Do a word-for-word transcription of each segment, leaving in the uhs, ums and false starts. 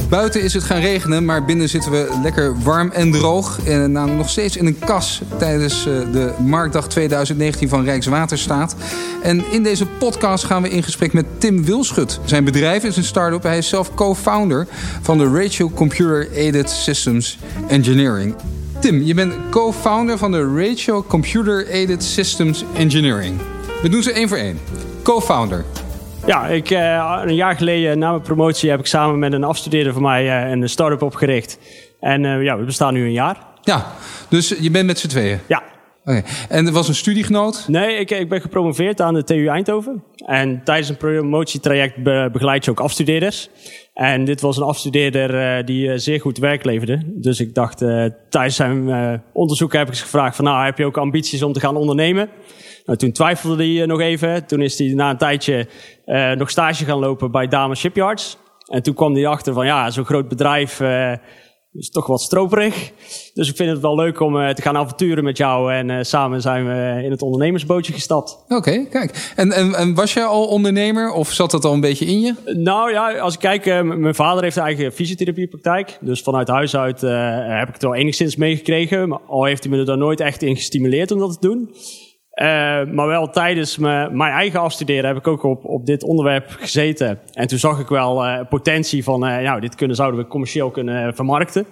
Buiten is het gaan regenen, maar binnen zitten we lekker warm en droog. En namelijk nog steeds in een kas tijdens de Marktdag twintig negentien van Rijkswaterstaat. En in deze podcast gaan we in gesprek met Tim Wilschut. Zijn bedrijf is een start-up. Hij is zelf co-founder van de Ratio Computer Aided Systems Engineering. Tim, je bent co-founder van de Ratio Computer Aided Systems Engineering. We doen ze één voor één. Co-founder. Ja, ik, uh, een jaar geleden na mijn promotie heb ik samen met een afstudeerder van mij uh, een start-up opgericht. En uh, ja, we bestaan nu een jaar. Ja, dus je bent met z'n tweeën? Ja. Oké. Okay. En er was een studiegenoot? Nee, ik, ik ben gepromoveerd aan de T U Eindhoven. En tijdens een promotietraject be, begeleid je ook afstudeerders. En dit was een afstudeerder uh, die uh, zeer goed werk leverde. Dus ik dacht, uh, tijdens zijn uh, onderzoek heb ik eens gevraagd van, nou, heb je ook ambities om te gaan ondernemen? Nou, toen twijfelde hij uh, nog even. Toen is hij na een tijdje uh, nog stage gaan lopen bij Damen Shipyards. En toen kwam hij achter van, ja, zo'n groot bedrijf uh, is toch wat stroperig. Dus ik vind het wel leuk om uh, te gaan avonturen met jou. En uh, samen zijn we in het ondernemersbootje gestapt. Oké, okay, kijk. En, en, en was jij al ondernemer of zat dat al een beetje in je? Nou ja, als ik kijk, uh, m- mijn vader heeft een eigen fysiotherapiepraktijk. Dus vanuit huis uit uh, heb ik het wel enigszins meegekregen. Maar al heeft hij me er dan nooit echt in gestimuleerd om dat te doen. Uh, maar wel tijdens me, mijn eigen afstuderen heb ik ook op, op dit onderwerp gezeten. En toen zag ik wel uh, potentie van, uh, nou, dit kunnen, zouden we commercieel kunnen uh, vermarkten.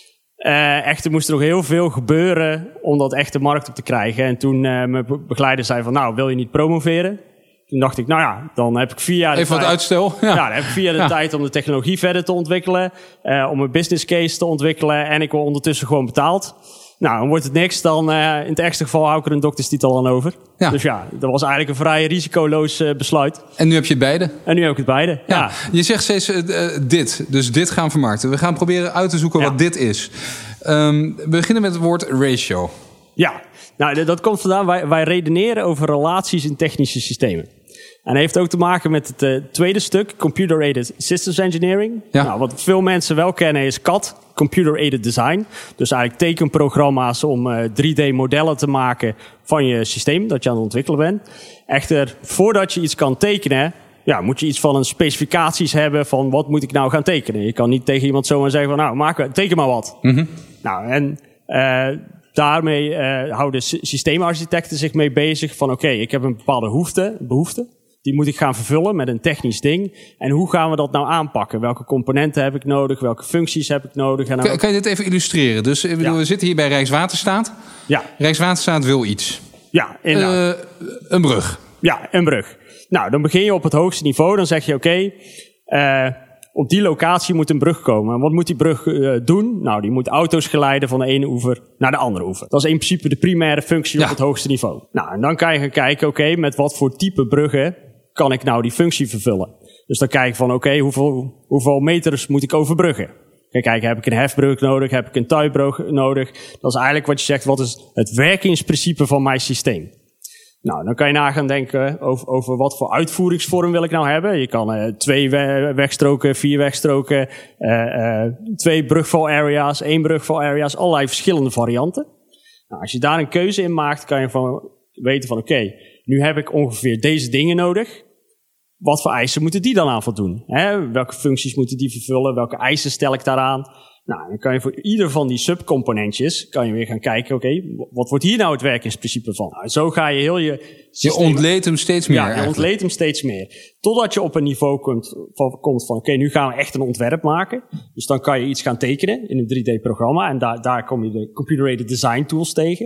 Uh, echter moest er nog heel veel gebeuren om dat echt de markt op te krijgen. En toen uh, mijn begeleider zei van, nou, wil je niet promoveren? Toen dacht ik, nou ja, dan heb ik vier jaar de Even tijd. wat uitstel. Ja. ja, dan heb ik vier jaar de ja. tijd om de technologie verder te ontwikkelen. Uh, om een business case te ontwikkelen. En ik word ondertussen gewoon betaald. Nou, dan wordt het niks. Dan uh, in het ergste geval hou ik er een dokterstitel aan over. Ja. Dus ja, dat was eigenlijk een vrij risicoloos uh, besluit. En nu heb je het beide? En nu heb ik het beide, ja. ja. Je zegt steeds uh, dit, dus dit gaan vermarkten. We gaan proberen uit te zoeken ja. wat dit is. Um, we beginnen met het woord ratio. Ja, nou, dat komt vandaan. Wij, wij redeneren over relaties in technische systemen. En dat heeft ook te maken met het uh, tweede stuk, Computer Aided Systems Engineering. Ja. Nou, wat veel mensen wel kennen is C A D, Computer Aided Design. Dus eigenlijk tekenprogramma's om uh, drie D-modellen te maken van je systeem dat je aan het ontwikkelen bent. Echter, voordat je iets kan tekenen, ja, moet je iets van een specificaties hebben van wat moet ik nou gaan tekenen. Je kan niet tegen iemand zomaar zeggen van nou, maak, teken maar wat. Mm-hmm. Nou, en uh, daarmee uh, houden systeemarchitecten zich mee bezig van oké, okay, ik heb een bepaalde behoefte, behoefte. Die moet ik gaan vervullen met een technisch ding. En hoe gaan we dat nou aanpakken? Welke componenten heb ik nodig? Welke functies heb ik nodig? En kan, kan je dit even illustreren? Dus ik bedoel, ja. we zitten hier bij Rijkswaterstaat. Ja. Rijkswaterstaat wil iets. Ja, inderdaad. Uh, een brug. Ja, een brug. Nou, dan begin je op het hoogste niveau. Dan zeg je oké, okay, uh, op die locatie moet een brug komen. En wat moet die brug uh, doen? Nou, die moet auto's geleiden van de ene oever naar de andere oever. Dat is in principe de primaire functie ja. op het hoogste niveau. Nou, en dan kan je gaan kijken, oké, okay, met wat voor type bruggen kan ik nou die functie vervullen? Dus dan kijk je van, oké, okay, hoeveel, hoeveel meters moet ik overbruggen? Kijk, kijk, heb ik een hefbrug nodig? Heb ik een tuibrug nodig? Dat is eigenlijk wat je zegt, wat is het werkingsprincipe van mijn systeem? Nou, dan kan je na gaan denken over, over wat voor uitvoeringsvorm wil ik nou hebben. Je kan uh, twee we- wegstroken, vier wegstroken, uh, uh, twee brugval areas, één brugval areas, allerlei verschillende varianten. Nou, als je daar een keuze in maakt, kan je van weten van oké, okay, nu heb ik ongeveer deze dingen nodig. Wat voor eisen moeten die dan aan voldoen? Hè? Welke functies moeten die vervullen? Welke eisen stel ik daaraan? Nou, dan kan je voor ieder van die subcomponentjes kan je weer gaan kijken, oké, okay, wat wordt hier nou het werkingsprincipe van? Nou, zo ga je heel je systeem... Je ontleedt hem steeds meer. Ja, je eigenlijk. ontleedt hem steeds meer. Totdat je op een niveau komt van, komt van oké, okay, nu gaan we echt een ontwerp maken. Dus dan kan je iets gaan tekenen in een drie D-programma. En daar, daar kom je de computer-aided design tools tegen.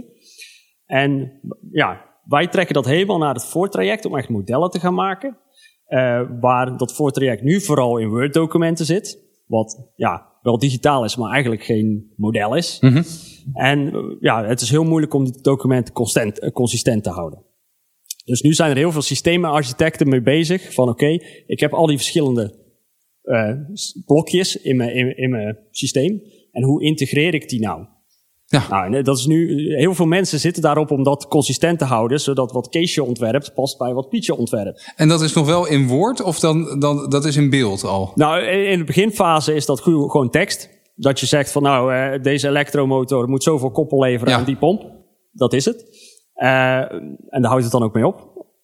En ja, wij trekken dat helemaal naar het voortraject om echt modellen te gaan maken. Uh, waar dat voortraject nu vooral in Word-documenten zit. Wat ja, wel digitaal is, maar eigenlijk geen model is. Mm-hmm. En uh, ja, het is heel moeilijk om die documenten consistent, uh, consistent te houden. Dus nu zijn er heel veel systeemarchitecten mee bezig. Van oké, okay, ik heb al die verschillende uh, blokjes in mijn, in, in mijn systeem. En hoe integreer ik die nou? Ja. Nou, dat is nu, heel veel mensen zitten daarop om dat consistent te houden, zodat wat Keesje ontwerpt past bij wat Pietje ontwerpt. En dat is nog wel in woord of dan, dan dat is in beeld al? Nou, in de beginfase is dat gewoon tekst. Dat je zegt van nou, uh, deze elektromotor moet zoveel koppel leveren ja. aan die pomp. Dat is het. Uh, en daar houdt het dan ook mee op.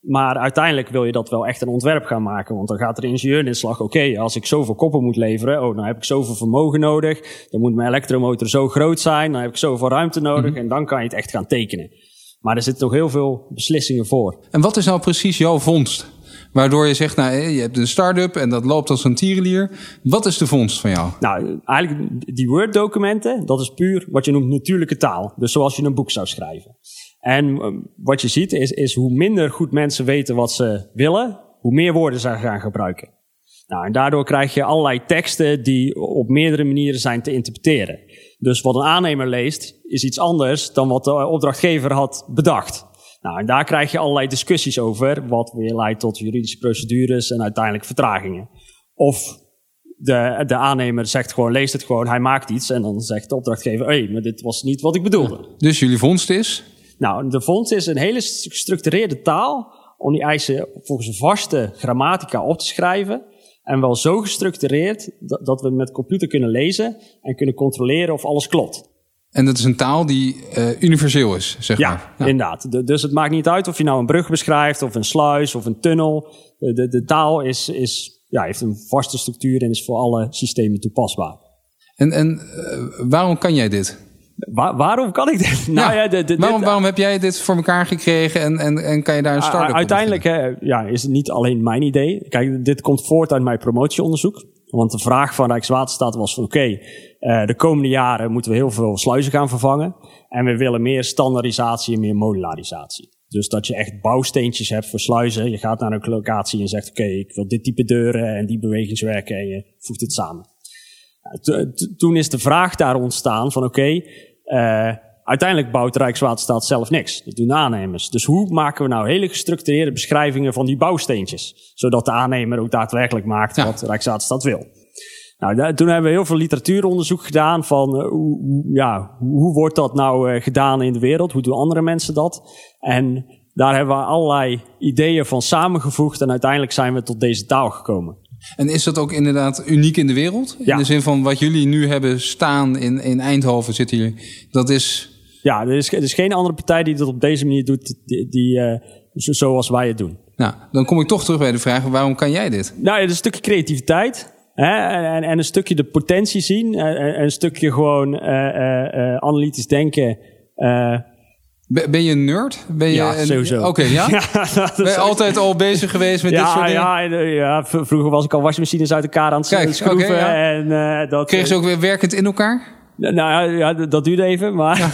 Maar uiteindelijk wil je dat wel echt een ontwerp gaan maken. Want dan gaat er de ingenieur in slag. Oké, okay, als ik zoveel koppen moet leveren. Oh, dan heb ik zoveel vermogen nodig. Dan moet mijn elektromotor zo groot zijn. Dan heb ik zoveel ruimte nodig. Mm-hmm. En dan kan je het echt gaan tekenen. Maar er zitten nog heel veel beslissingen voor. En wat is nou precies jouw vondst? Waardoor je zegt, nou, je hebt een start-up en dat loopt als een tierenlier. Wat is de vondst van jou? Nou, eigenlijk die Word-documenten, dat is puur wat je noemt natuurlijke taal. Dus zoals je een boek zou schrijven. En um, wat je ziet is, is hoe minder goed mensen weten wat ze willen, hoe meer woorden ze gaan gebruiken. Nou, en daardoor krijg je allerlei teksten die op meerdere manieren zijn te interpreteren. Dus wat een aannemer leest, is iets anders dan wat de opdrachtgever had bedacht. Nou, en daar krijg je allerlei discussies over, wat weer leidt tot juridische procedures en uiteindelijk vertragingen. Of de, de aannemer zegt gewoon, leest het gewoon, hij maakt iets en dan zegt de opdrachtgever, hé, hey, maar dit was niet wat ik bedoelde. Ja, dus jullie vondst is? Nou, de vondst is een hele gestructureerde taal om die eisen volgens een vaste grammatica op te schrijven. En wel zo gestructureerd dat, dat we het met computer kunnen lezen en kunnen controleren of alles klopt. En dat is een taal die uh, universeel is, zeg ja, maar. Ja, inderdaad. De, dus het maakt niet uit of je nou een brug beschrijft of een sluis of een tunnel. De, de, de taal is, is, ja, heeft een vaste structuur en is voor alle systemen toepasbaar. En, en uh, waarom kan jij dit? Waar, waarom kan ik dit? Nou, ja, ja, de, de, waarom, dit, waarom heb jij dit voor elkaar gekregen en, en, en kan je daar een start-up uiteindelijk op Uiteindelijk ja, is het niet alleen mijn idee. Kijk, dit komt voort uit mijn promotieonderzoek. Want de vraag van Rijkswaterstaat was van oké, okay, uh, de komende jaren moeten we heel veel sluizen gaan vervangen. En we willen meer standaardisatie en meer modularisatie. Dus dat je echt bouwsteentjes hebt voor sluizen. Je gaat naar een locatie en zegt oké, okay, ik wil dit type deuren en die bewegingswerken en je voegt het samen. To, to, toen is de vraag daar ontstaan van oké, okay, uh, uiteindelijk bouwt Rijkswaterstaat zelf niks. Dat doen de aannemers. Dus hoe maken we nou hele gestructureerde beschrijvingen van die bouwsteentjes? Zodat de aannemer ook daadwerkelijk maakt ja. wat Rijkswaterstaat wil. Nou, da- toen hebben we heel veel literatuuronderzoek gedaan van uh, hoe, ja, hoe wordt dat nou uh, gedaan in de wereld? Hoe doen andere mensen dat? En daar hebben we allerlei ideeën van samengevoegd en uiteindelijk zijn we tot deze taal gekomen. En is dat ook inderdaad uniek in de wereld? In ja. de zin van wat jullie nu hebben staan in, in Eindhoven zitten jullie. Dat is... Ja, er is, er is geen andere partij die dat op deze manier doet, die, die, uh, zo, zoals wij het doen. Nou, dan kom ik toch terug bij de vraag, waarom kan jij dit? Nou, het is een stukje creativiteit. Hè, en, en een stukje de potentie zien. En een stukje gewoon uh, uh, uh, analytisch denken. Uh, Ben je een nerd? Ben je ja, een... sowieso. Oké, okay, ja? ja ben je altijd al bezig geweest met ja, dit soort dingen? Ja, ja, vroeger was ik al wasmachines uit elkaar aan het Kijk, schroeven. Okay, ja. en, uh, dat, Kreeg ze ook weer werkend in elkaar? Nou ja, dat duurde even. Maar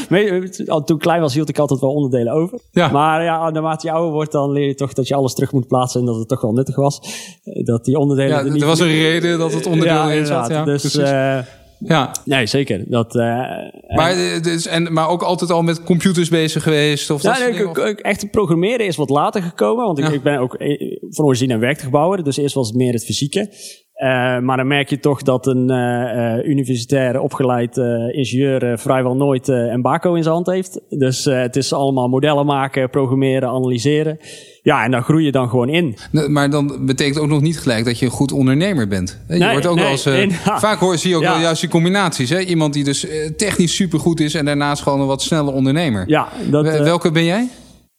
ja. Toen ik klein was, hield ik altijd wel onderdelen over. Ja. Maar ja, naarmate je ouder wordt, dan leer je toch dat je alles terug moet plaatsen. En dat het toch wel nuttig was. Dat die onderdelen ja, er niet... Er was een reden dat het onderdeel ja, erin zat. Ja, dus... Uh, ja. Nee, zeker. Dat, uh, maar, en, dus, en, maar ook altijd al met computers bezig geweest? Of nou, dat nee, ik, ik, echt programmeren is wat later gekomen. Want ik, ja. ik ben ook van origine een werktuigbouwer. Dus eerst was het meer het fysieke. Uh, maar dan merk je toch dat een uh, universitair opgeleid uh, ingenieur uh, vrijwel nooit uh, een bako in zijn hand heeft. Dus uh, het is allemaal modellen maken, programmeren, analyseren. Ja, en daar groei je dan gewoon in. Nee, maar dan betekent ook nog niet gelijk dat je een goed ondernemer bent. Je nee, wordt ook nee, wel eens, uh, nee, ja. Vaak hoor, zie je ook ja. wel juist die combinaties. Hè? Iemand die dus uh, technisch supergoed is en daarnaast gewoon een wat snelle ondernemer. Ja, dat, uh, Welke ben jij?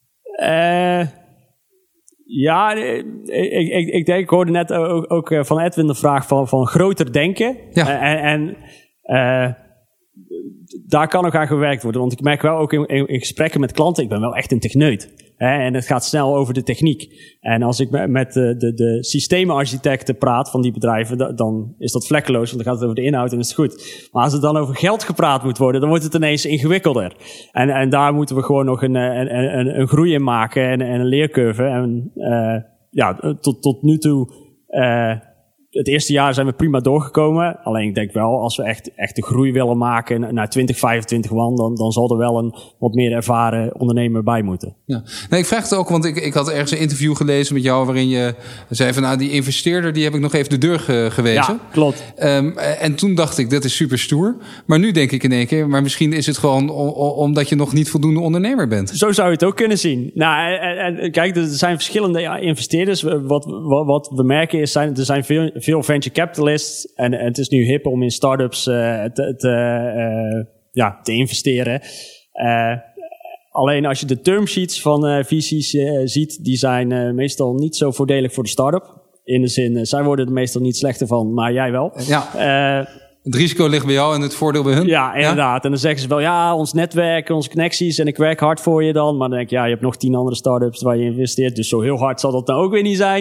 Uh, Ja, ik, ik, ik denk, ik hoorde net ook, ook van Edwin de vraag van, van groter denken. Ja. En, en uh, daar kan ook aan gewerkt worden. Want ik merk wel ook in, in, in gesprekken met klanten, ik ben wel echt een techneut. Hè, en het gaat snel over de techniek. En als ik met de, de, de systeemarchitecten praat van die bedrijven, dan is dat vlekkeloos, want dan gaat het over de inhoud en is het goed. Maar als het dan over geld gepraat moet worden, dan wordt het ineens ingewikkelder. En, en daar moeten we gewoon nog een, een, een, een groei in maken en, en een leercurve. En uh, ja, tot, tot nu toe... Uh, Het eerste jaar zijn we prima doorgekomen. Alleen ik denk wel, als we echt, echt de groei willen maken naar twintig, vijfentwintig man, dan, dan zal er wel een wat meer ervaren ondernemer bij moeten. Ja. Nee, ik vraag het ook, want ik, ik had ergens een interview gelezen met jou waarin je zei van, nou, die investeerder, die heb ik nog even de deur ge, gewezen. Ja, klopt. Um, en toen dacht ik, dat is super stoer. Maar nu denk ik in één keer, maar misschien is het gewoon om, omdat je nog niet voldoende ondernemer bent. Zo zou je het ook kunnen zien. Nou, en, en kijk, er zijn verschillende ja, investeerders. Wat, wat, wat we merken is, zijn, er zijn veel, veel venture capitalists. En, en het is nu hip om in start-ups uh, te, te, uh, ja, te investeren. Uh, Alleen als je de termsheets van uh, V C's uh, ziet, die zijn uh, meestal niet zo voordelig voor de start-up. In de zin, uh, zij worden er meestal niet slechter van, maar jij wel. Ja. Uh, Het risico ligt bij jou en het voordeel bij hun? Ja, inderdaad. Ja? En dan zeggen ze wel, ja, ons netwerk, onze connecties en ik werk hard voor je dan. Maar dan denk ik, ja, je hebt nog tien andere start-ups waar je investeert. Dus zo heel hard zal dat nou ook weer niet zijn.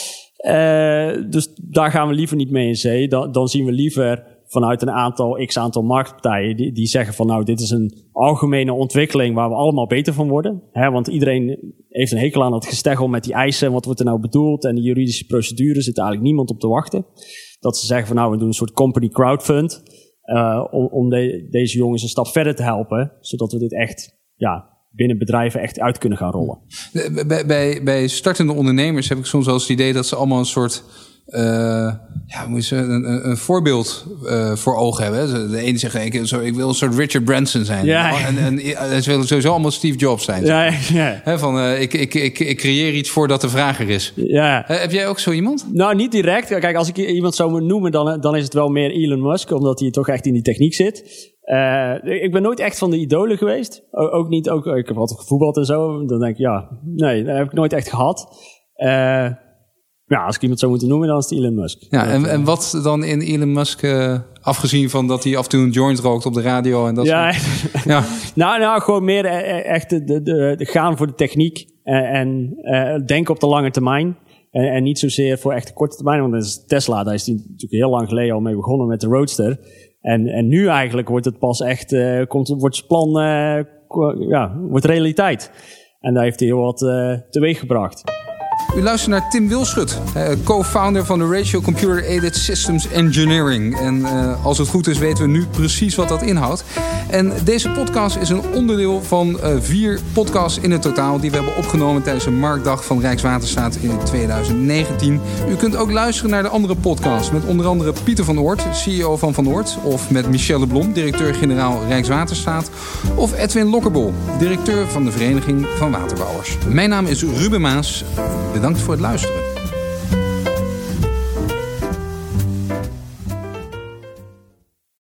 Uh, dus daar gaan we liever niet mee in zee. Dan, dan zien we liever vanuit een aantal, x aantal marktpartijen die, die zeggen van nou, dit is een algemene ontwikkeling waar we allemaal beter van worden. He, want iedereen heeft een hekel aan het gesteggel met die eisen. Wat wordt er nou bedoeld? En de juridische procedure zit eigenlijk niemand op te wachten. Dat ze zeggen van nou, we doen een soort company crowdfund. Uh, om om de, deze jongens een stap verder te helpen. Zodat we dit echt ja, binnen bedrijven echt uit kunnen gaan rollen. Bij, bij, bij startende ondernemers heb ik soms wel eens het idee dat ze allemaal een soort Uh, ja, moet je een, een, een voorbeeld uh, voor ogen hebben. De ene zegt, ik, zo, ik wil een soort Richard Branson zijn. Ja. En, en, en ze willen sowieso allemaal Steve Jobs zijn. Ja, ja. He, van, uh, ik, ik, ik, ik creëer iets voordat de vraag er is. Ja. Uh, heb jij ook zo iemand? Nou, niet direct. Kijk, als ik iemand zou moeten noemen, dan, dan is het wel meer Elon Musk. Omdat hij toch echt in die techniek zit. Uh, ik ben nooit echt van de idolen geweest. O, ook niet, ook, ik heb altijd gevoetbald en zo. Dan denk ik, ja, nee, dat heb ik nooit echt gehad. Uh, Ja, als ik iemand zou moeten noemen, dan is het Elon Musk. Ja, en, en wat dan in Elon Musk, uh, afgezien van dat hij af en toe een joint rookt op de radio en dat ja, soort... Ja, nou, nou, gewoon meer echt de, de, de, de gaan voor de techniek en, en uh, denken op de lange termijn. En, en niet zozeer voor echt de korte termijn, want dat is Tesla, daar is hij natuurlijk heel lang geleden al mee begonnen met de Roadster. En, en nu eigenlijk wordt het pas echt, uh, komt, wordt zijn plan, uh, ja, wordt realiteit. En daar heeft hij heel wat uh, teweeg gebracht. U luistert naar Tim Wilschut, co-founder van de Ratio Computer Aided Systems Engineering. En uh, als het goed is weten we nu precies wat dat inhoudt. En deze podcast is een onderdeel van uh, vier podcasts in het totaal die we hebben opgenomen tijdens een marktdag van Rijkswaterstaat in twintig negentien. U kunt ook luisteren naar de andere podcasts met onder andere Pieter van Oort, C E O van Van Oort. Of met Michelle Blom, directeur-generaal Rijkswaterstaat. Of Edwin Lokkerbol, directeur van de Vereniging van Waterbouwers. Mijn naam is Ruben Maas. Bedankt voor het luisteren.